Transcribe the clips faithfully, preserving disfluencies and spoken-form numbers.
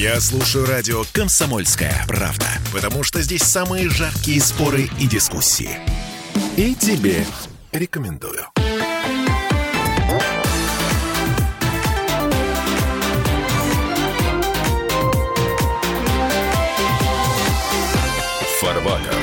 Я слушаю радио «Комсомольская правда», потому что здесь самые жаркие споры и дискуссии. И тебе рекомендую. Фарватер.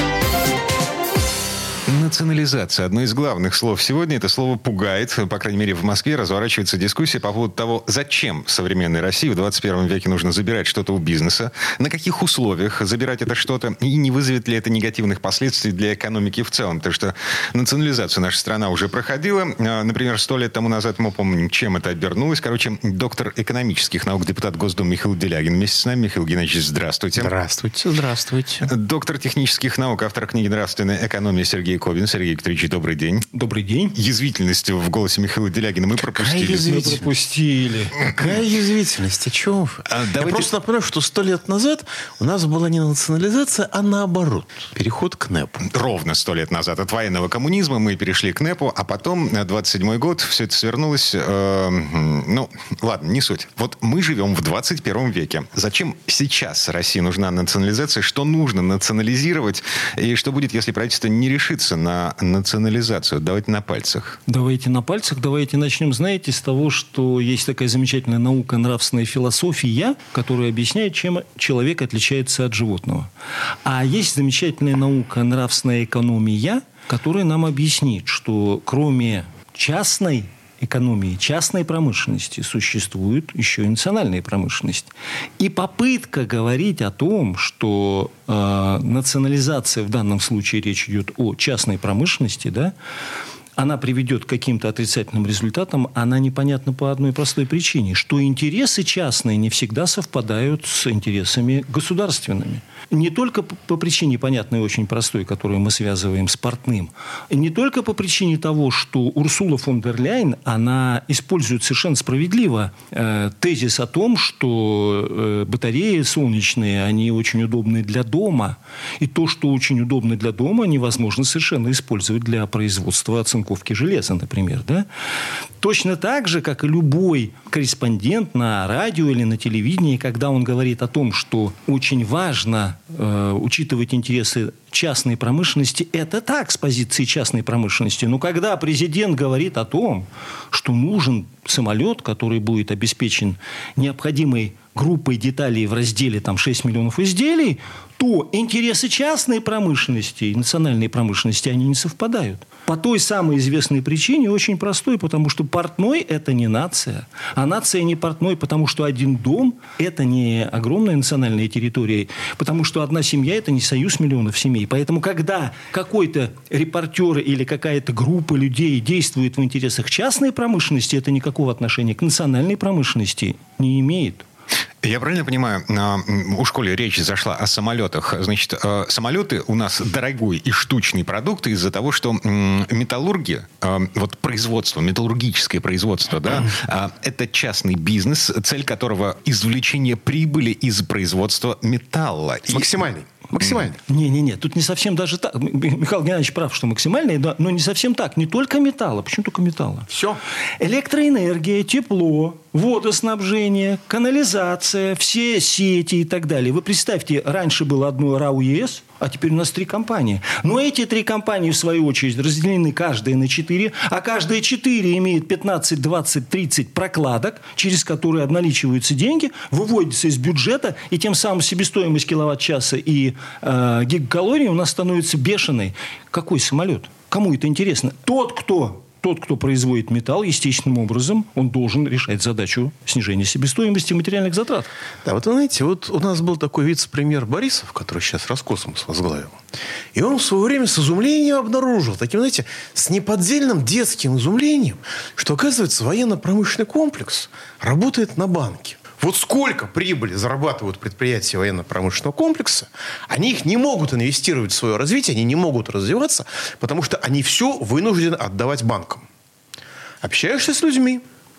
Национализация. Одно из главных слов сегодня. Это слово пугает. По крайней мере, в Москве разворачивается дискуссия по поводу того, зачем современной России в двадцать первом веке нужно забирать что-то у бизнеса, на каких условиях забирать это что-то, и не вызовет ли это негативных последствий для экономики в целом. Потому что национализацию наша страна уже проходила. Например, сто лет тому назад мы помним, чем это обернулось. Короче, доктор экономических наук, депутат Госдумы Михаил Делягин вместе с нами. Михаил Геннадьевич, здравствуйте. Здравствуйте, здравствуйте. Доктор технических наук, автор книги «Нравственная экономия» Сергей Кобин. Сергей Викторович, добрый день. Добрый день. Язвительность в голосе Михаила Делягина мы пропустили. Какая язвительность? Мы пропустили. Какая язвительность? О чем вы? А, Я давайте... просто напоминаю, что сто лет назад у нас была не национализация, а наоборот. Переход к НЭПу. Ровно сто лет назад. От военного коммунизма мы перешли к НЭПу, а потом, двадцать седьмой год, все это свернулось. Э, ну, ладно, не суть. Вот мы живем в двадцать первом веке. Зачем сейчас России нужна национализация? Что нужно национализировать? И что будет, если правительство не решится на национализацию? Давайте на пальцах. Давайте на пальцах. Давайте начнем, знаете, с того, что есть такая замечательная наука нравственная философия, которая объясняет, чем человек отличается от животного. А есть замечательная наука нравственная экономия, которая нам объяснит, что кроме частной экономии, частной промышленности существует еще и национальная промышленность. И попытка говорить о том, что э, национализация, в данном случае речь идет о частной промышленности, да, она приведет к каким-то отрицательным результатам, она непонятна по одной простой причине, что интересы частные не всегда совпадают с интересами государственными. Не только по причине, понятной и очень простой, которую мы связываем с портным, не только по причине того, что Урсула фон дер Ляйен, она использует совершенно справедливо э, тезис о том, что э, батареи солнечные, они очень удобны для дома, и то, что очень удобно для дома, невозможно совершенно использовать для производства оцинковки железа, например, да? Точно так же, как и любой корреспондент на радио или на телевидении, когда он говорит о том, что очень важно э, учитывать интересы частной промышленности, это так с позиции частной промышленности. Но когда президент говорит о том, что нужен самолет, который будет обеспечен необходимой группой деталей в разделе там, шесть миллионов изделий, то интересы частной промышленности и национальной промышленности, они не совпадают. По той самой известной причине, очень простой, потому что портной – это не нация. А нация не портной, потому что один дом – это не огромная национальная территория, потому что одна семья – это не союз миллионов семей. Поэтому, когда какой-то репортер или какая-то группа людей действует в интересах частной промышленности, это никакого отношения к национальной промышленности не имеет. Я правильно понимаю, у школы речь зашла о самолетах. Значит, самолеты у нас дорогой и штучный продукт из-за того, что металлурги, вот производство, металлургическое производство, да, это частный бизнес, цель которого извлечение прибыли из производства металла. Максимальный. Максимальный. Не-не-не, тут не совсем даже так. Михаил Геннадьевич прав, что максимальный, но не совсем так. Не только металла. Почему только металла? Все. Электроэнергия, тепло, водоснабжение, канализация, все сети и так далее. Вы представьте, раньше было одно РАО-ЕС, а теперь у нас три компании. Но эти три компании, в свою очередь, разделены каждая на четыре, а каждая четыре имеет пятнадцать, двадцать, тридцать прокладок, через которые обналичиваются деньги, выводятся из бюджета, и тем самым себестоимость киловатт-часа и э, гигакалорий у нас становится бешеной. Какой самолет? Кому это интересно? Тот, кто... Тот, кто производит металл, естественным образом, он должен решать задачу снижения себестоимости материальных затрат. Да, вот вы знаете, вот у нас был такой вице-премьер Борисов, который сейчас Роскосмос возглавил. И он в свое время с изумлением обнаружил, таким, знаете, с неподдельным детским изумлением, что, оказывается, военно-промышленный комплекс работает на банке. Вот сколько прибыли зарабатывают предприятия военно-промышленного комплекса, они их не могут инвестировать в свое развитие, они не могут развиваться, потому что они все вынуждены отдавать банкам. Общаешься с людьми,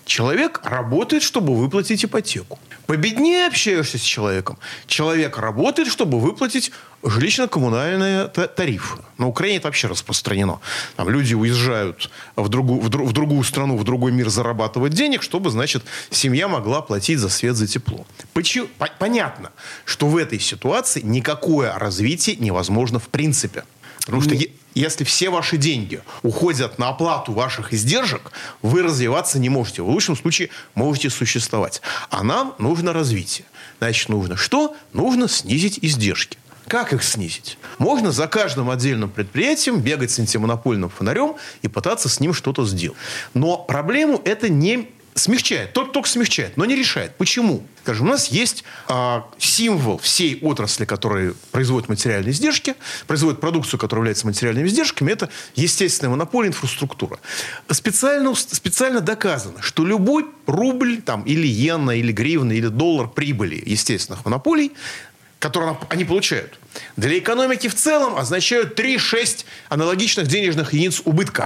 Человек работает, чтобы выплатить ипотеку. Победнее общаешься с человеком. Человек работает, чтобы выплатить жилищно-коммунальные тарифы. На Украине это вообще распространено. Там люди уезжают в другую, в, друг, в другую страну, в другой мир зарабатывать денег, чтобы, значит, семья могла платить за свет, за тепло. Почему? Понятно, что в этой ситуации никакое развитие невозможно в принципе. Потому что если все ваши деньги уходят на оплату ваших издержек, вы развиваться не можете. В лучшем случае можете существовать. А нам нужно развитие. Значит, нужно что? Нужно снизить издержки. Как их снизить? Можно за каждым отдельным предприятием бегать с антимонопольным фонарем и пытаться с ним что-то сделать. Но проблему это не смягчает. Только, только смягчает, но не решает. Почему? Скажем, у нас есть а, символ всей отрасли, которая производит материальные издержки, производит продукцию, которая является материальными издержками. Это естественная монополия, инфраструктура. Специально, специально доказано, что любой рубль, там, или иена, или гривна, или доллар прибыли естественных монополий, которые они получают, для экономики в целом означают три-шесть аналогичных денежных единиц убытка.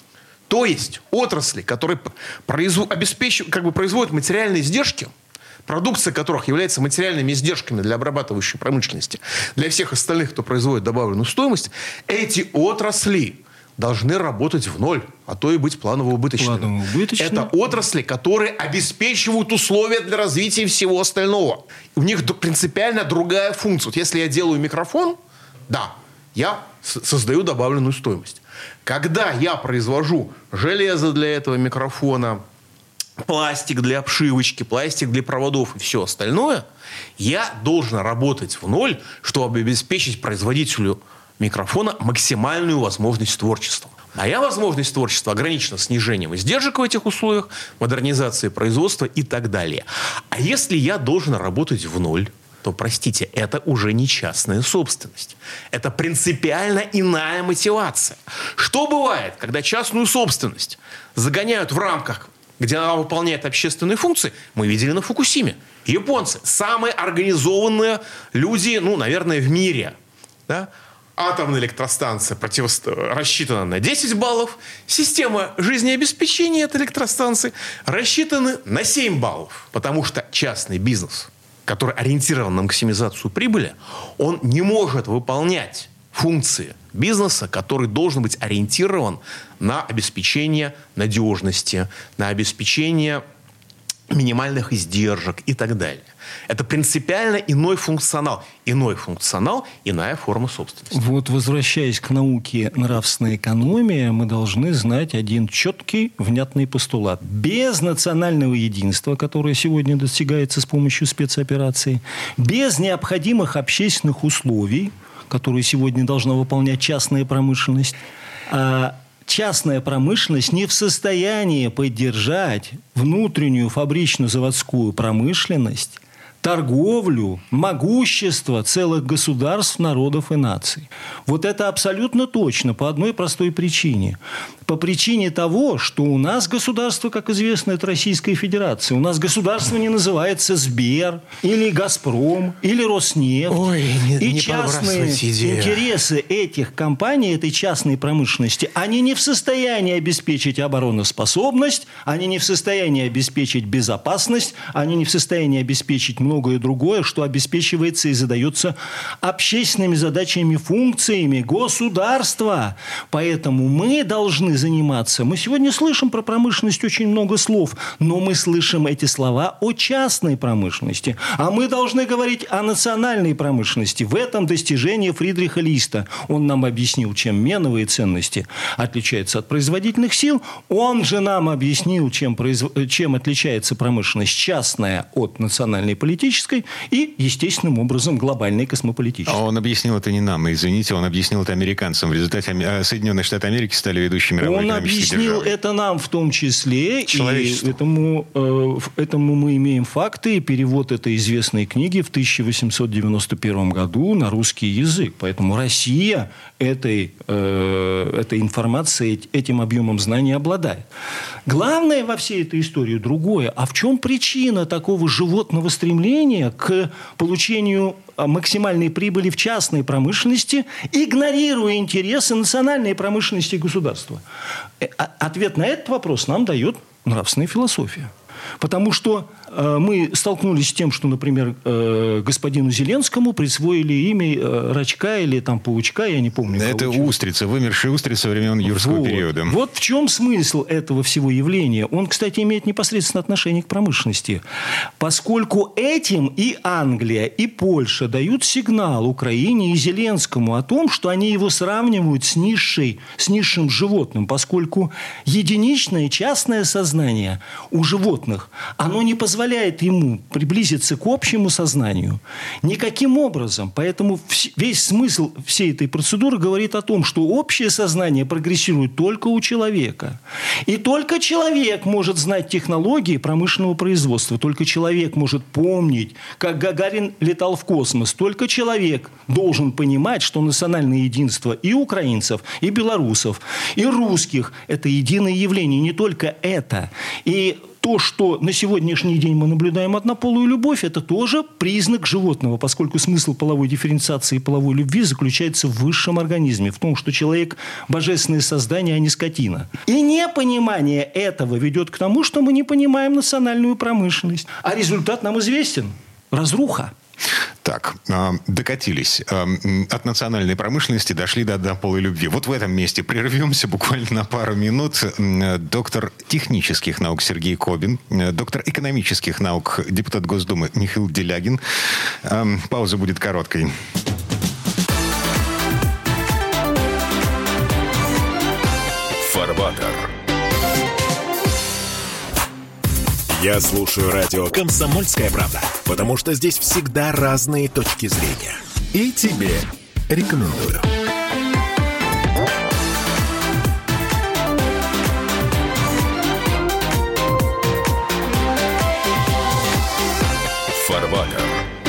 То есть отрасли, которые производ, обеспечивают, как бы производят материальные издержки, продукция которых является материальными издержками для обрабатывающей промышленности, для всех остальных, кто производит добавленную стоимость, эти отрасли должны работать в ноль, а то и быть планово-убыточными. Это отрасли, которые обеспечивают условия для развития всего остального. У них принципиально другая функция. Вот если я делаю микрофон, да, я создаю добавленную стоимость. Когда я произвожу железо для этого микрофона, пластик для обшивочки, пластик для проводов и все остальное, я должен работать в ноль, чтобы обеспечить производителю микрофона максимальную возможность творчества. Моя возможность творчества ограничена снижением издержек в этих условиях, модернизацией производства и так далее. А если я должен работать в ноль, то, простите, это уже не частная собственность. Это принципиально иная мотивация. Что бывает, когда частную собственность загоняют в рамках, где она выполняет общественные функции? Мы видели на Фукусиме. Японцы – самые организованные люди, ну, наверное, в мире. Да? Атомная электростанция противосто... рассчитана на десять баллов. Система жизнеобеспечения этой электростанции рассчитана на семь баллов. Потому что частный бизнес, который ориентирован на максимизацию прибыли, он не может выполнять функции бизнеса, который должен быть ориентирован на обеспечение надежности, на обеспечение минимальных издержек и так далее. Это принципиально иной функционал. Иной функционал, иная форма собственности. Вот, возвращаясь к науке нравственной экономии, мы должны знать один четкий, внятный постулат. Без национального единства, которое сегодня достигается с помощью спецопераций, без необходимых общественных условий, которые сегодня должна выполнять частная промышленность, частная промышленность не в состоянии поддержать внутреннюю фабрично-заводскую промышленность, торговлю, могущество целых государств, народов и наций. Вот это абсолютно точно по одной простой причине. По причине того, что у нас государство, как известно, это Российская Федерация. У нас государство не называется Сбер, или Газпром, или Роснефть. Ой, не, и не частные интересы этих компаний, этой частной промышленности, они не в состоянии обеспечить обороноспособность, они не в состоянии обеспечить безопасность, они не в состоянии обеспечить многое другое, что обеспечивается и задается общественными задачами, функциями государства. Поэтому мы должны заниматься. Мы сегодня слышим про промышленность очень много слов, но мы слышим эти слова о частной промышленности. А мы должны говорить о национальной промышленности. В этом достижение Фридриха Листа. Он нам объяснил, чем меновые ценности отличаются от производительных сил. Он же нам объяснил, чем, произв... чем отличается промышленность частная от национальной политической и, естественным образом, глобальной космополитической. А он объяснил это не нам, извините, он объяснил это американцам. В результате Соединенные Штаты Америки стали ведущей мировой Он объяснил державой. Это нам в том числе, и этому, э, этому мы имеем факты. Перевод этой известной книги в тысяча восемьсот девяносто первом году на русский язык. Поэтому Россия этой, э, этой информацией, этим объемом знаний обладает. Главное во всей этой истории другое. А в чем причина такого животного стремления к получению максимальной прибыли в частной промышленности, игнорируя интересы национальной промышленности и государства? Ответ на этот вопрос нам дает нравственная философия. Потому что э, мы столкнулись с тем, что, например, э, господину Зеленскому присвоили имя э, Рачка или там Паучка, я не помню. Это кого, устрица, вымершая устрица времен юрского вот. периода. Вот в чем смысл этого всего явления. Он, кстати, имеет непосредственное отношение к промышленности. Поскольку этим и Англия, и Польша дают сигнал Украине и Зеленскому о том, что они его сравнивают с, низшей, с низшим животным, поскольку единичное частное сознание у животных оно не позволяет ему приблизиться к общему сознанию никаким образом. Поэтому весь смысл всей этой процедуры говорит о том, что общее сознание прогрессирует только у человека. И только человек может знать технологии промышленного производства. Только человек может помнить, как Гагарин летал в космос. Только человек должен понимать, что национальное единство и украинцев, и белорусов, и русских – это единое явление. Не только это. И то, что на сегодняшний день мы наблюдаем однополую любовь, это тоже признак животного, поскольку смысл половой дифференциации и половой любви заключается в высшем организме, в том, что человек – божественное создание, а не скотина. И непонимание этого ведет к тому, что мы не понимаем национальную промышленность. А результат нам известен – разруха. Так, докатились. От национальной промышленности дошли до однополой любви. Вот в этом месте прервемся буквально на пару минут. Доктор технических наук Сергей Кобин, доктор экономических наук, депутат Госдумы Михаил Делягин. Пауза будет короткой. Фарватер. Я слушаю радио «Комсомольская правда», потому что здесь всегда разные точки зрения. И тебе рекомендую. Фарватер.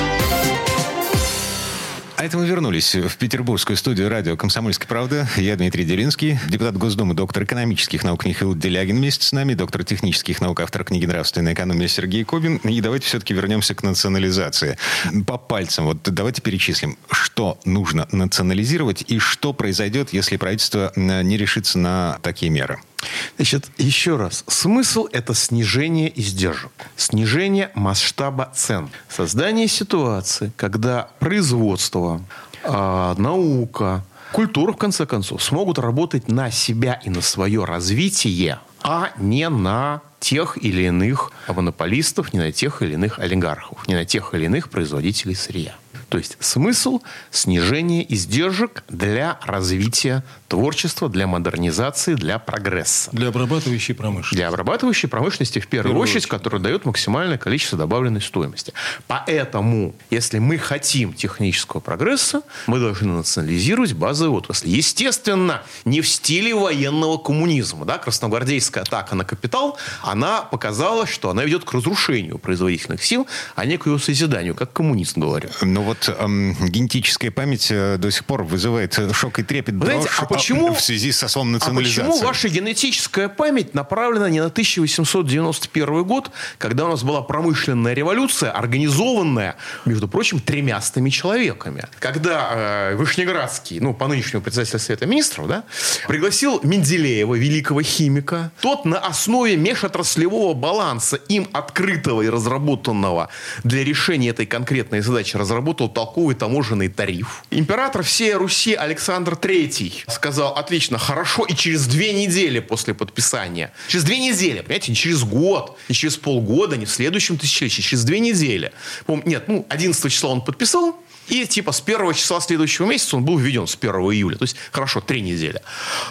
А это мы вернулись в петербургскую студию радио «Комсомольская правда». Я Дмитрий Делинский, депутат Госдумы, доктор экономических наук Михаил Делягин вместе с нами, доктор технических наук, автор книги «Нравственная экономия» Сергей Кобин. И давайте все-таки вернемся к национализации. По пальцам, вот давайте перечислим, что нужно национализировать и что произойдет, если правительство не решится на такие меры. Значит, еще раз. Смысл – это снижение издержек, снижение масштаба цен, создание ситуации, когда производство, э, наука, культура, в конце концов, смогут работать на себя и на свое развитие, а не на тех или иных монополистов, не на тех или иных олигархов, не на тех или иных производителей сырья. То есть смысл – снижение издержек для развития творчества, для модернизации, для прогресса. Для обрабатывающей промышленности. Для обрабатывающей промышленности в первую, в первую очередь, очередь, которая дает максимальное количество добавленной стоимости. Поэтому, если мы хотим технического прогресса, мы должны национализировать базовые отрасли. Естественно, не в стиле военного коммунизма. Да? Красногвардейская атака на капитал, она показала, что она ведет к разрушению производительных сил, а не к ее созиданию, как коммунист говорит. Но вот эм, генетическая память э, до сих пор вызывает шок и трепет, знаете, дрожь, а почему, в связи со словом национализация. А почему ваша генетическая память направлена не на тысяча восемьсот девяносто первый год, когда у нас была промышленная революция, организованная, между прочим, тремястами человеками? Когда э, Вышнеградский, ну, по нынешнему председателю Совета Министров, да, пригласил Менделеева, великого химика, тот на основе межотраслевого баланса, им открытого и разработанного для решения этой конкретной задачи, разработал толковый таможенный тариф. Император всей Руси Александр Третий сказал: отлично, хорошо, и через две недели после подписания, через две недели, понимаете, не через год, не через полгода, не в следующем тысячелетии, через две недели. Нет, ну, одиннадцатого числа он подписал, и типа с первого числа следующего месяца он был введен с первого июля. То есть, хорошо, три недели.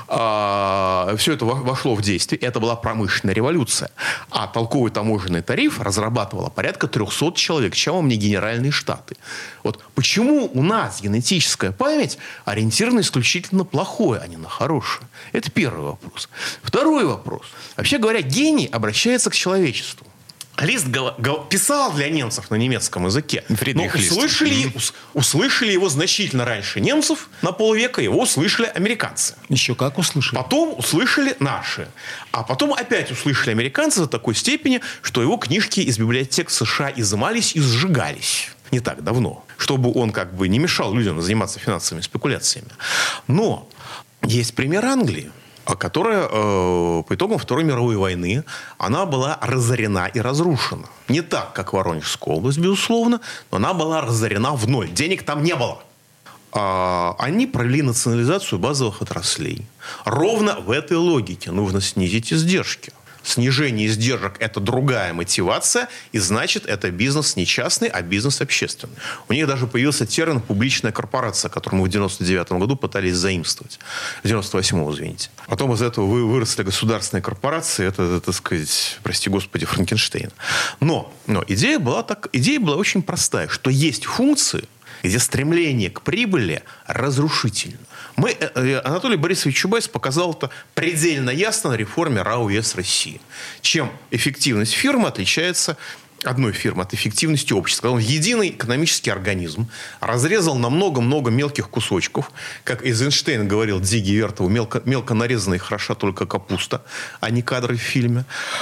А, все это вошло в действие. Это была промышленная революция. А толковый таможенный тариф разрабатывало порядка трехсот человек. Чем вам не Генеральные Штаты? Вот почему у нас генетическая память ориентирована исключительно на плохое, а не на хорошее? Это первый вопрос. Второй вопрос. Вообще говоря, гений обращается к человечеству. Лист гол- гол- писал для немцев на немецком языке. Фридрих но Лист. услышали, ус- услышали его значительно раньше немцев, на полвека его услышали американцы. Еще как услышали. Потом услышали наши. А потом опять услышали американцы до такой степени, что его книжки из библиотек США изымались и сжигались. Не так давно. Чтобы он как бы не мешал людям заниматься финансовыми спекуляциями. Но есть пример Англии. которая э, по итогам Второй мировой войны она была разорена и разрушена. Не так, как Воронежская область, безусловно, но она была разорена в ноль. Денег там не было. А, они провели национализацию базовых отраслей. Ровно в этой логике нужно снизить издержки. Снижение издержек – это другая мотивация, и значит, это бизнес не частный, а бизнес общественный. У них даже появился термин «публичная корпорация», который мы в девяносто девятом году пытались заимствовать. В девяносто восьмом, извините. Потом из этого выросли государственные корпорации. Это, это, так сказать, прости господи, Франкенштейн. Но, но идея была так, идея была очень простая, что есть функции, где стремление к прибыли разрушительно. Мы, Анатолий Борисович Чубайс показал это предельно ясно на реформе РАО ЕС России. Чем эффективность фирмы отличается одной фирмы от эффективности общества. Когда он единый экономический организм разрезал на много-много мелких кусочков, как Эйзенштейн говорил Дзиге Вертову, мелко, мелко нарезанная хороша только капуста, а не кадры в фильме.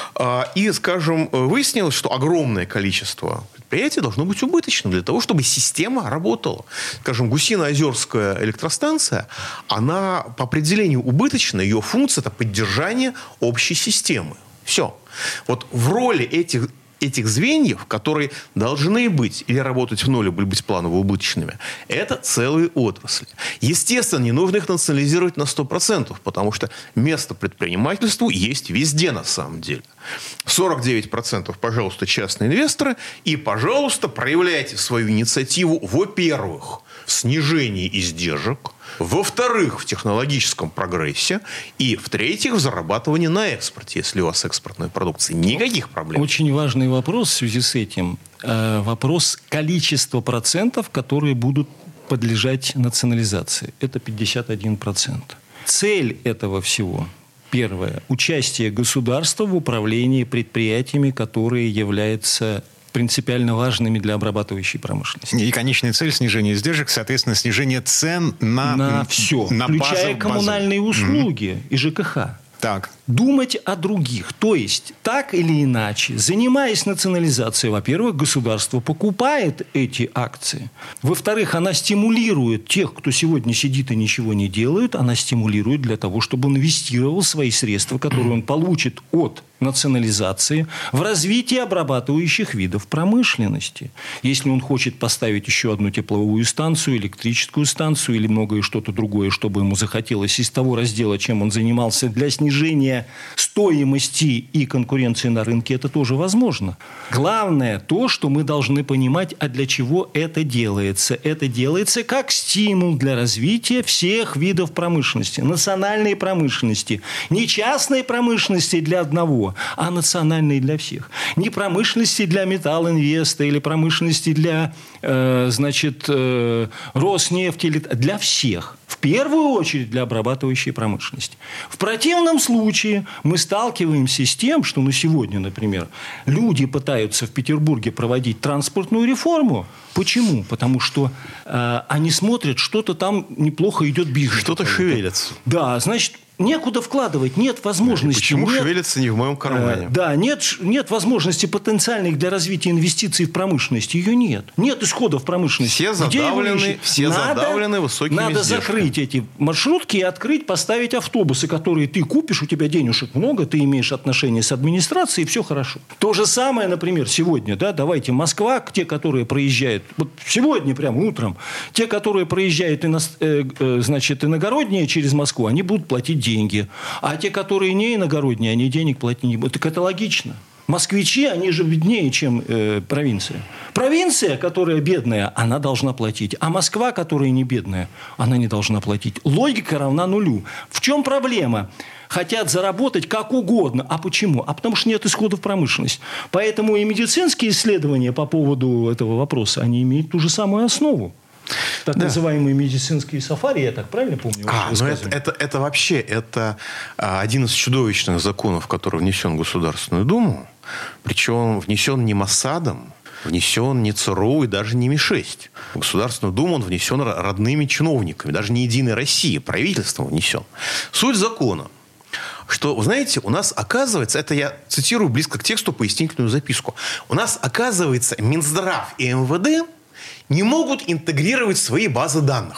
И, скажем, выяснилось, что огромное количество предприятий должно быть убыточным для того, чтобы система работала. Скажем, Гусино-Озерская электростанция, она по определению убыточна, ее функция – это поддержание общей системы. Все. Вот в роли этих этих звеньев, которые должны быть или работать в ноль, или быть планово убыточными, это целые отрасли. Естественно, не нужно их национализировать на сто процентов, потому что место предпринимательству есть везде на самом деле. сорок девять процентов, пожалуйста, частные инвесторы, и, пожалуйста, проявляйте свою инициативу, во-первых, в снижении издержек, во-вторых, в технологическом прогрессе, и, в-третьих, в зарабатывании на экспорте, если у вас экспортная продукция. Никаких проблем. Очень важный вопрос в связи с этим. Вопрос количества процентов, которые будут подлежать национализации. Это пятьдесят один процент. Цель этого всего, первое, участие государства в управлении предприятиями, которые являются принципиально важными для обрабатывающей промышленности. И конечная цель – снижение издержек, соответственно, снижение цен на, на все, на включая базу, коммунальные базу. услуги mm-hmm. и ЖКХ. Так. Думать о других. То есть, так или иначе, занимаясь национализацией, во-первых, государство покупает эти акции. Во-вторых, она стимулирует тех, кто сегодня сидит и ничего не делает, она стимулирует для того, чтобы он инвестировал свои средства, которые он получит от национализации, в развитие обрабатывающих видов промышленности. Если он хочет поставить еще одну тепловую станцию, электрическую станцию или многое что-то другое, чтобы ему захотелось из того раздела, чем он занимался, для снижения стоимости и конкуренции на рынке, это тоже возможно. Главное то, что мы должны понимать, а для чего это делается. Это делается как стимул для развития всех видов промышленности. Национальной промышленности. Не частной промышленности для одного, а национальной для всех. Не промышленности для Металлинвеста или промышленности для, э, значит, э, Роснефти, или... для всех. В первую очередь для обрабатывающей промышленности. В противном случае мы сталкиваемся с тем, что на сегодня, например, люди пытаются в Петербурге проводить транспортную реформу. Почему? Потому что э, они смотрят, что-то там неплохо идет бизнес. Что-то шевелится. Да, значит, некуда вкладывать, нет возможности. Почему нет, шевелится не в моем кармане? Э, да, нет, нет возможности потенциальных для развития инвестиций в промышленность. Ее нет. Нет исхода в промышленности. Все задавлены, все надо, задавлены высокими Надо издержками. закрыть эти маршрутки и открыть, поставить автобусы, которые ты купишь, у тебя денежек много, ты имеешь отношения с администрацией, и все хорошо. То же самое, например, сегодня, да, давайте Москва, те, которые проезжают, вот сегодня прямо утром, те, которые проезжают, ино, э, э, значит, иногородние через Москву, они будут платить деньги. А те, которые не иногородние, они денег платить не будут. Так это логично. Москвичи, они же беднее, чем э, провинция. Провинция, которая бедная, она должна платить. А Москва, которая не бедная, она не должна платить. Логика равна нулю. В чем проблема? Хотят заработать как угодно. А почему? А потому что нет исхода в промышленность. Поэтому и медицинские исследования по поводу этого вопроса, они имеют ту же самую основу. Так да. называемые медицинские сафари, я так правильно помню? А, ну это, это, это вообще это а, один из чудовищных законов, который внесен в Государственную Думу. Причем внесен не Моссадом, внесен не ЦРУ и даже не Ми шесть. В Государственную Думу он внесен родными чиновниками. Даже не Единой России, правительством внесен. Суть закона. Что, вы знаете, у нас оказывается, это я цитирую близко к тексту пояснительную записку, у нас оказывается Минздрав и Эм Вэ Дэ не могут интегрировать свои базы данных.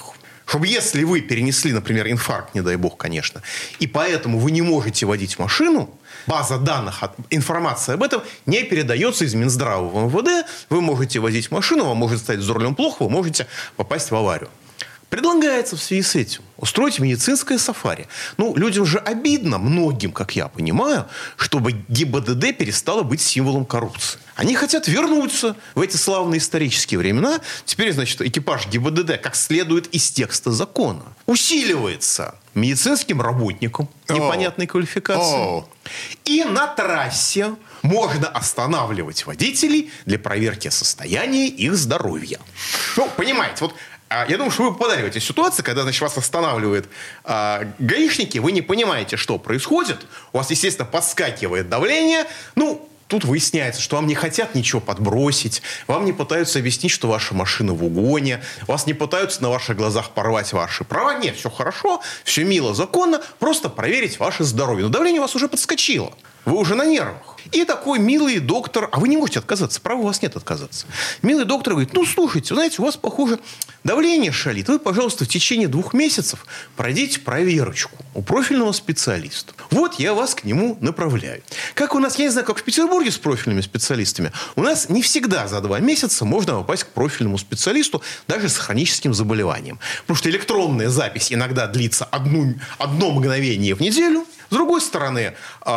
Чтобы если вы перенесли, например, инфаркт, не дай бог, конечно, и поэтому вы не можете водить машину, база данных, информация об этом не передается из Минздрава в эм вэ дэ. Вы можете водить машину, вам может стать за рулем плохо, вы можете попасть в аварию. Предлагается в связи с этим устроить медицинское сафари. Ну, людям же обидно, многим, как я понимаю, чтобы гэ и бэ дэ дэ перестало быть символом коррупции. Они хотят вернуться в эти славные исторические времена. Теперь, значит, экипаж гэ и бэ дэ дэ, как следует из текста закона, усиливается медицинским работником непонятной oh. квалификации. Oh. И на трассе можно останавливать водителей для проверки состояния их здоровья. Ну, понимаете, вот я думаю, что вы попадали в эти ситуации, когда, значит, вас останавливают а, гаишники, вы не понимаете, что происходит, у вас, естественно, подскакивает давление, ну, тут выясняется, что вам не хотят ничего подбросить, вам не пытаются объяснить, что ваша машина в угоне, вас не пытаются на ваших глазах порвать ваши права. Нет, все хорошо, все мило, законно, просто проверить ваше здоровье. Но давление у вас уже подскочило, вы уже на нервах. И такой милый доктор, а вы не можете отказаться, права у вас нет отказаться. Милый доктор говорит, ну, слушайте, знаете, у вас, похоже, давление шалит. Вы, пожалуйста, в течение двух месяцев пройдите проверочку у профильного специалиста. Вот я вас к нему направляю. Как у нас, я не знаю, как в Петербурге с профильными специалистами, у нас не всегда за два месяца можно попасть к профильному специалисту, даже с хроническим заболеванием. Потому что электронная запись иногда длится одну, одно мгновение в неделю. С другой стороны,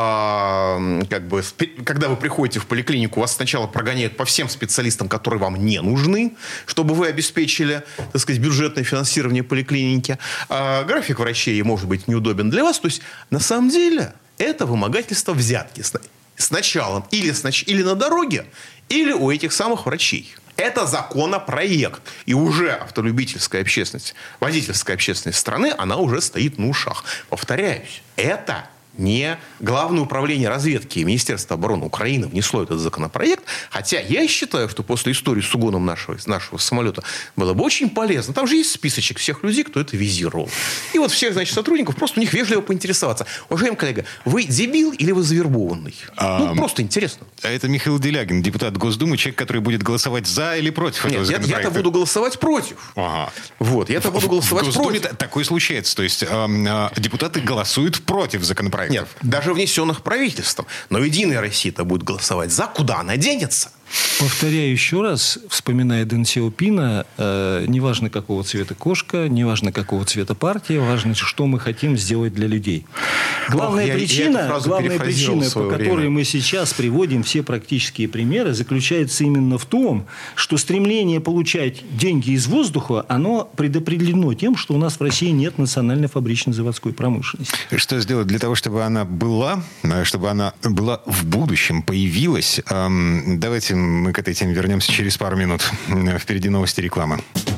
э, как бы, когда вы приходите в поликлинику, вас сначала прогоняют по всем специалистам, которые вам не нужны, чтобы вы обеспечили, так сказать, бюджетное финансирование поликлиники. Э, график врачей может быть неудобен для вас. То есть, на самом деле, это вымогательство взятки с, с началом или, с, или на дороге, или у этих самых врачей. Это законопроект. И уже автолюбительская общественность, водительская общественность страны, она уже стоит на ушах. Повторяюсь, это не Главное управление разведки и Министерство обороны Украины внесло этот законопроект. Хотя я считаю, что после истории с угоном нашего, нашего самолета было бы очень полезно. Там же есть списочек всех людей, кто это визировал. И вот всех, значит, сотрудников просто у них вежливо поинтересоваться. Уважаемый коллега, вы дебил или вы завербованный? А, ну, просто интересно. А это Михаил Делягин, депутат Госдумы, человек, который будет голосовать за или против Нет, этого законопроекта? Я-то буду голосовать против. Ага. Вот, я-то буду голосовать в Госдуме против. Такое случается. То есть э, э, депутаты голосуют против законопроекта. Нет, даже внесенных правительством. Но Единая Россия-то будет голосовать за. Куда она денется? Повторяю еще раз, вспоминая Дэн Сяопина, э, неважно, какого цвета кошка, неважно, какого цвета партия, важно, что мы хотим сделать для людей. Главная Ох, причина, я, я главная причина по которой время. мы сейчас приводим все практические примеры, заключается именно в том, что стремление получать деньги из воздуха, оно предопределено тем, что у нас в России нет национальной фабрично-заводской промышленности. Что сделать для того, чтобы она была, чтобы она была в будущем, появилась? Эм, давайте мы к этой теме вернемся через пару минут. Впереди новости, реклама.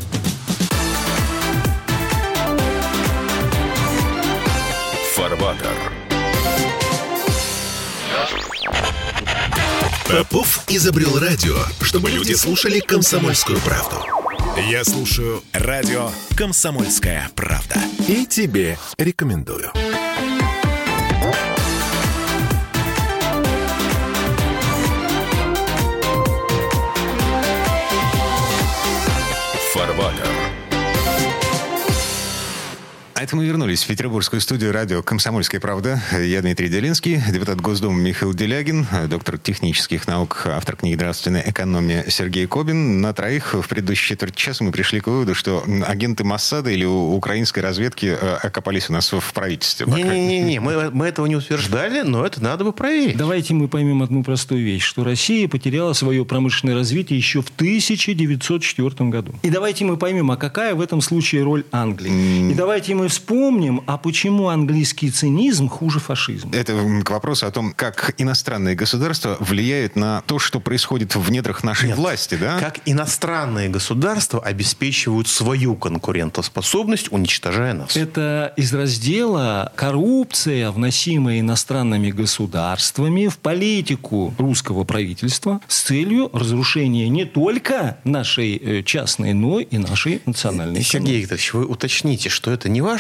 Фарватер. Попов изобрел радио, чтобы люди слушали «Комсомольскую правду». Я слушаю радио «Комсомольская правда». И тебе рекомендую. Фарватер. А это мы вернулись в петербургскую студию радио «Комсомольская правда». Я Дмитрий Делинский, депутат Госдумы Михаил Делягин, доктор технических наук, автор книги «Нравственная экономия» Сергей Кобин. На троих в предыдущей четверти часа мы пришли к выводу, что агенты Моссада или украинской разведки окопались у нас в правительстве. Не-не-не, мы, мы этого не утверждали, но это надо бы проверить. Давайте мы поймем одну простую вещь, что Россия потеряла свое промышленное развитие еще в тысяча девятьсот четвёртом году. И давайте мы поймем, а какая в этом случае роль Англии. Mm. И давайте мы вспомним, а почему английский цинизм хуже фашизма. Это к вопросу о том, как иностранные государства влияют на то, что происходит в недрах нашей Нет, власти, да? Как иностранные государства обеспечивают свою конкурентоспособность, уничтожая нас. Это из раздела «Коррупция, вносимая иностранными государствами в политику русского правительства с целью разрушения не только нашей частной, но и нашей национальной экономики». Сергей Викторович, вы уточните, что это не ваш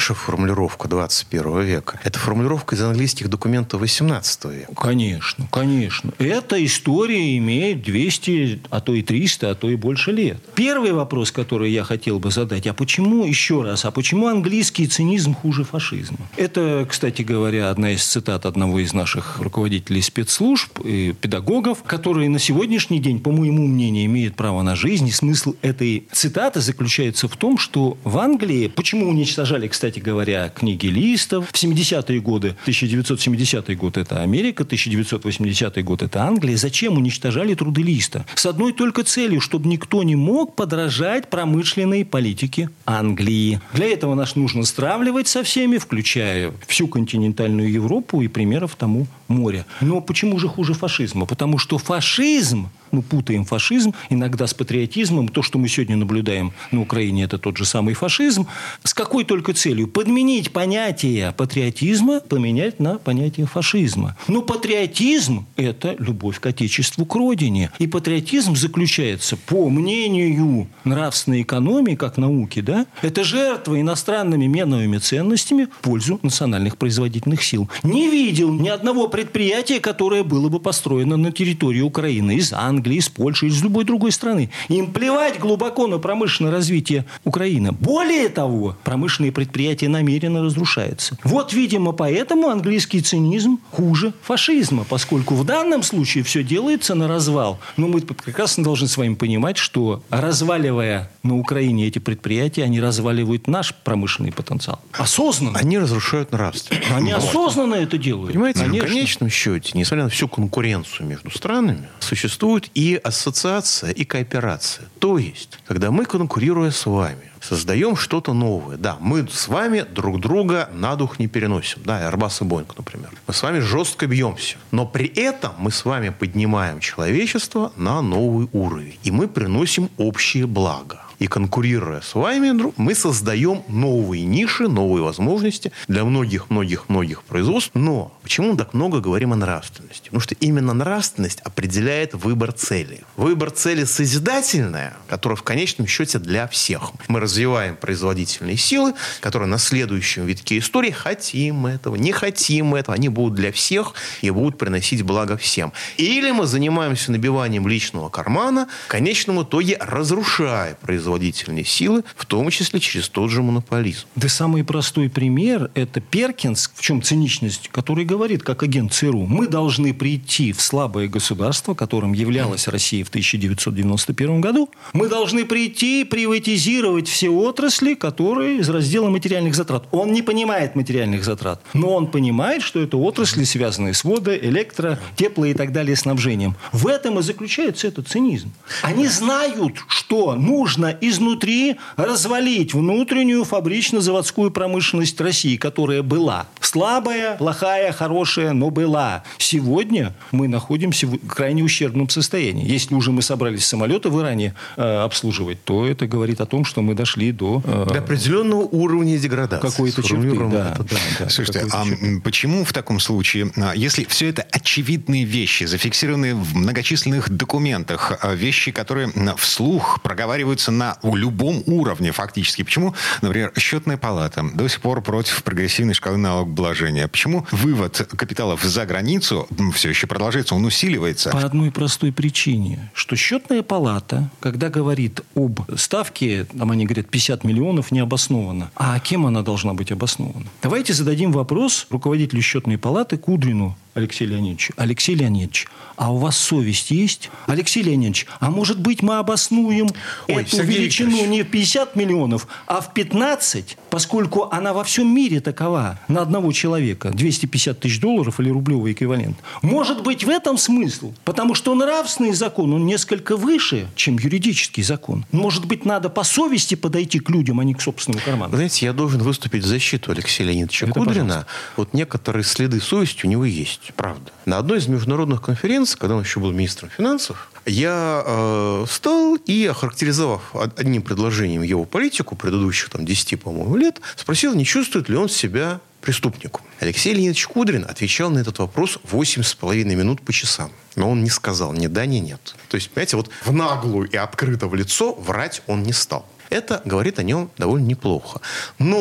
наша формулировка двадцать первого века. Это формулировка из английских документов восемнадцатого века. Конечно, конечно. Эта история имеет двести, а то и триста, а то и больше лет. Первый вопрос, который я хотел бы задать, а почему, еще раз, а почему английский цинизм хуже фашизма? Это, кстати говоря, одна из цитат одного из наших руководителей спецслужб и педагогов, которые на сегодняшний день, по моему мнению, имеют право на жизнь. И смысл этой цитаты заключается в том, что в Англии, почему уничтожали, кстати говоря, книги листов в семидесятые годы, тысяча девятьсот семидесятый год – это Америка, тысяча девятьсот восьмидесятый год – это Англия. Зачем уничтожали труды листа? С одной только целью, чтобы никто не мог подражать промышленной политике Англии. Для этого нас нужно стравливать со всеми, включая всю континентальную Европу, и примеров тому море. Но почему же хуже фашизма? Потому что фашизм, мы путаем фашизм иногда с патриотизмом. То, что мы сегодня наблюдаем на Украине, это тот же самый фашизм. С какой только целью? Подменить понятие патриотизма, поменять на понятие фашизма. Но патриотизм – это любовь к Отечеству, к Родине. И патриотизм заключается, по мнению нравственной экономии, как науки, да, это жертва иностранными меновыми ценностями в пользу национальных производительных сил. Не видел ни одного предприятия, которое было бы построено на территории Украины, из Англии, из Польши, из любой другой страны. Им плевать глубоко на промышленное развитие Украины. Более того, промышленные предприятия намеренно разрушаются. Вот, видимо, поэтому английский цинизм хуже фашизма, поскольку в данном случае все делается на развал. Но мы прекрасно должны с вами понимать, что разваливая на Украине эти предприятия, они разваливают наш промышленный потенциал. Осознанно. Они разрушают нравственность. Они осознанно это делают. Понимаете, конечно. В конечном счете, несмотря на всю конкуренцию между странами, существует и ассоциация, и кооперация. То есть, когда мы, конкурируя с вами, создаем что-то новое. Да, мы с вами друг друга на дух не переносим. Да, Airbus и Boeing, например. Мы с вами жестко бьемся. Но при этом мы с вами поднимаем человечество на новый уровень. И мы приносим общее благо. И конкурируя с вами, мы создаем новые ниши, новые возможности для многих-многих-многих производств. Но почему мы так много говорим о нравственности? Потому что именно нравственность определяет выбор цели. Выбор цели созидательная, которая в конечном счете для всех. Мы развиваем производительные силы, которые на следующем витке истории хотим этого, не хотим этого. Они будут для всех и будут приносить благо всем. Или мы занимаемся набиванием личного кармана, в конечном итоге разрушая производительные силы, в том числе через тот же монополизм. Да самый простой пример – это Перкинс, в чем циничность, который говорит, как агент ЦРУ, мы должны прийти в слабое государство, которым являлась Россия в тысяча девятьсот девяносто первом году. Мы должны прийти и приватизировать все отрасли, которые из раздела материальных затрат. Он не понимает материальных затрат, но он понимает, что это отрасли, связанные с водой, электро, тепло и так далее, снабжением. В этом и заключается этот цинизм. Они знают, что нужно изнутри развалить внутреннюю фабрично-заводскую промышленность России, которая была слабая, плохая, хорошая, но была. Сегодня мы находимся в крайне ущербном состоянии. Если уже мы собрались самолеты в Иране э, обслуживать, то это говорит о том, что мы дошли до... Э, до определенного уровня деградации. Какой-то черты, да, это, да, да. Слушайте, а черты. Почему в таком случае, если все это очевидные вещи, зафиксированные в многочисленных документах, вещи, которые вслух проговариваются на на любом уровне фактически. Почему, например, Счетная палата до сих пор против прогрессивной шкалы налогообложения? Почему вывод капиталов за границу все еще продолжается, он усиливается? По одной простой причине, что Счетная палата, когда говорит об ставке, там они говорят пятьдесят миллионов, необоснованно. А кем она должна быть обоснована? Давайте зададим вопрос руководителю Счетной палаты Кудрину Алексею Леонидовичу. Алексей Леонидович, а у вас совесть есть? Алексей Леонидович, а может быть мы обоснуем Ой, эту Сергей величину Викторович. не в пятьдесят миллионов, а в пятнадцать, поскольку она во всем мире такова на одного человека. двести пятьдесят тысяч долларов или рублевый эквивалент. Может быть в этом смысл? Потому что нравственный закон, он несколько выше, чем юридический закон. Может быть надо по совести подойти к людям, а не к собственному карману. Знаете, я должен выступить в защиту Алексея Леонидовича Это Кудрина. пожалуйста. Вот некоторые следы совести у него есть. Правда. На одной из международных конференций, когда он еще был министром финансов, я э, встал и, охарактеризовав одним предложением его политику предыдущих там, десять, по-моему, лет, спросил, не чувствует ли он себя преступником. Алексей Леонидович Кудрин отвечал на этот вопрос восемь с половиной минут по часам. Но он не сказал ни да, ни нет. То есть, понимаете, вот в наглую и открыто в лицо врать он не стал. Это говорит о нем довольно неплохо. Но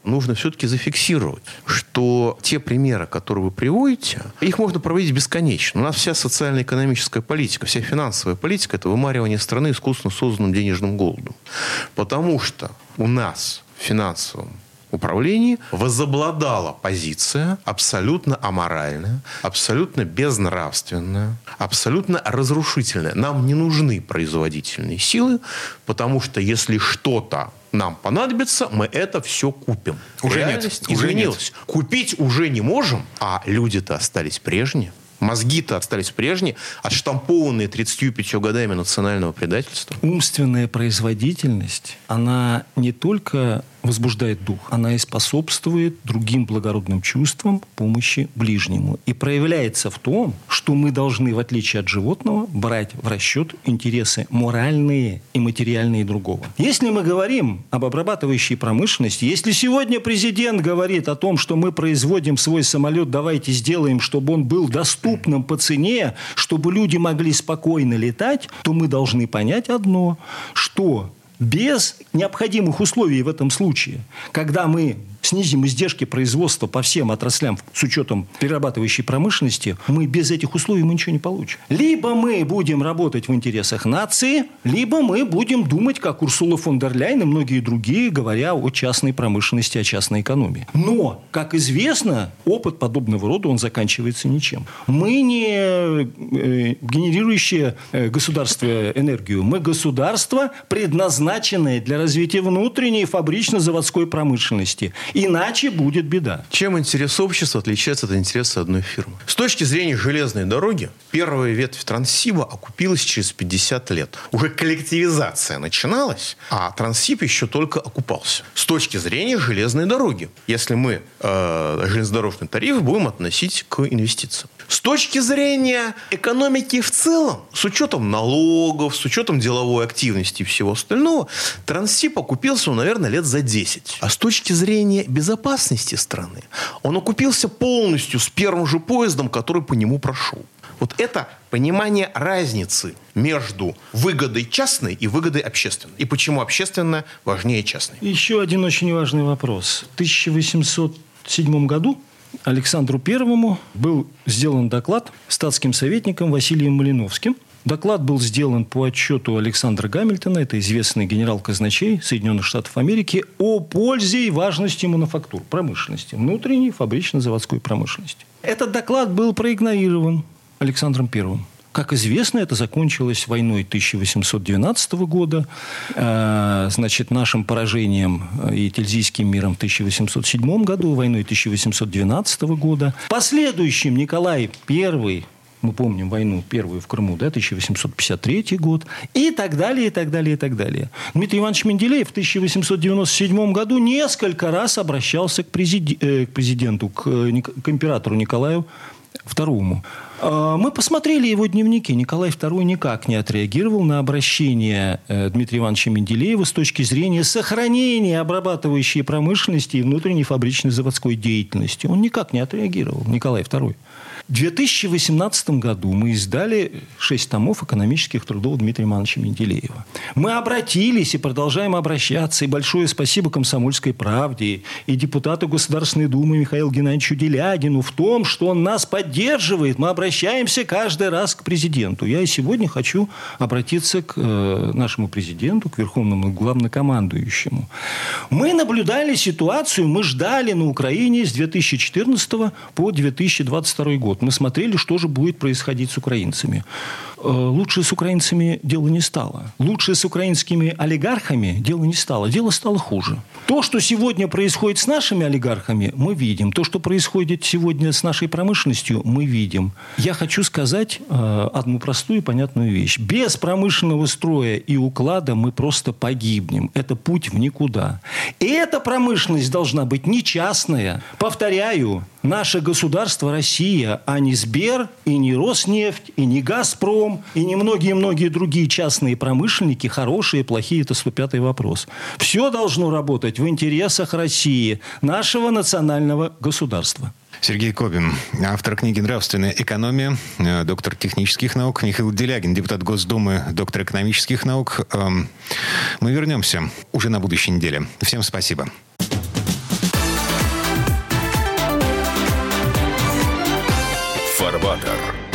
нужно все-таки зафиксировать, что те примеры, которые вы приводите, их можно проводить бесконечно. У нас вся социально-экономическая политика, вся финансовая политика – это вымаривание страны искусственно созданным денежным голодом. Потому что у нас в финансовом управлении возобладала позиция абсолютно аморальная, абсолютно безнравственная, абсолютно разрушительная. Нам не нужны производительные силы, потому что если что-то нам понадобится, мы это все купим. Уже Реальность нет. изменилась. Уже нет. Купить уже не можем, а люди-то остались прежние. Мозги-то остались прежние, отштампованные тридцатью пятью годами национального предательства. Умственная производительность, она не только возбуждает дух, она и способствует другим благородным чувствам помощи ближнему. И проявляется в том, что мы должны, в отличие от животного, брать в расчет интересы моральные и материальные другого. Если мы говорим об обрабатывающей промышленности, если сегодня президент говорит о том, что мы производим свой самолет, давайте сделаем, чтобы он был доступным по цене, чтобы люди могли спокойно летать, то мы должны понять одно, что без необходимых условий в этом случае, когда мы снизим издержки производства по всем отраслям с учетом перерабатывающей промышленности, мы без этих условий мы ничего не получим. Либо мы будем работать в интересах нации, либо мы будем думать, как Урсула фон дер Ляйен и многие другие, говоря о частной промышленности, о частной экономии. Но, как известно, опыт подобного рода, он заканчивается ничем. Мы не э, генерирующее э, государство энергию, мы государство, предназначенное для развития внутренней фабрично-заводской промышленности. Иначе будет беда. Чем интерес общества отличается от интереса одной фирмы? С точки зрения железной дороги, первая ветвь Транссиба окупилась через пятьдесят лет. Уже коллективизация начиналась, а Транссиб еще только окупался. С точки зрения железной дороги, если мы э, железнодорожный тариф будем относить к инвестициям. С точки зрения экономики в целом, с учетом налогов, с учетом деловой активности и всего остального, Транссиб окупился, наверное, лет за десять. А с точки зрения безопасности страны, он окупился полностью с первым же поездом, который по нему прошел. Вот это понимание разницы между выгодой частной и выгодой общественной. И почему общественная важнее частной. Еще один очень важный вопрос. В тысяча восемьсот седьмом году Александру Первому был сделан доклад статским советником Василием Малиновским. Доклад был сделан по отчету Александра Гамильтона, это известный генерал-казначей Соединенных Штатов Америки, о пользе и важности мануфактур, промышленности, внутренней фабрично-заводской промышленности. Этот доклад был проигнорирован Александром Первым. Как известно, это закончилось войной тысяча восемьсот двенадцатого года, э, значит, нашим поражением и Тильзитским миром в тысяча восемьсот седьмом году, войной тысяча восемьсот двенадцатого года. В последующем Николай Первый, мы помним войну первую в Крыму, да, тысяча восемьсот пятьдесят третий год, и так далее, и так далее, и так далее. Дмитрий Иванович Менделеев в тысяча восемьсот девяносто седьмом году несколько раз обращался к, президи- э, к президенту, к, к императору Николаю Второму. Мы посмотрели его дневники. Николай Второй никак не отреагировал на обращение Дмитрия Ивановича Менделеева с точки зрения сохранения обрабатывающей промышленности и внутренней фабричной заводской деятельности. Он никак не отреагировал, Николай Второй. В две тысячи восемнадцатом году мы издали шесть томов экономических трудов Дмитрия Ивановича Менделеева. Мы обратились и продолжаем обращаться. И большое спасибо «Комсомольской правде» и депутату Государственной Думы Михаилу Геннадьевичу Делягину в том, что он нас поддерживает. Мы обращаемся каждый раз к президенту. Я и сегодня хочу обратиться к э, нашему президенту, к верховному главнокомандующему. Мы наблюдали ситуацию, мы ждали на Украине с две тысячи четырнадцатого по две тысячи двадцать второй год. Мы смотрели, что же будет происходить с украинцами. Лучше с украинцами дело не стало. Лучше с украинскими олигархами дело не стало. Дело стало хуже. То, что сегодня происходит с нашими олигархами, мы видим. То, что происходит сегодня с нашей промышленностью, мы видим. Я хочу сказать э, одну простую и понятную вещь. Без промышленного строя и уклада мы просто погибнем. Это путь в никуда. И эта промышленность должна быть не частная. Повторяю, наше государство Россия, а не Сбер, и не Роснефть, и не Газпром, и не многие-многие другие частные промышленники, хорошие, плохие, это сто пятый вопрос. Все должно работать в интересах России, нашего национального государства. Сергей Кобин, автор книги «Нравственная экономия», доктор технических наук. Михаил Делягин, депутат Госдумы, доктор экономических наук. Мы вернемся уже на будущей неделе. Всем спасибо. Консерватор.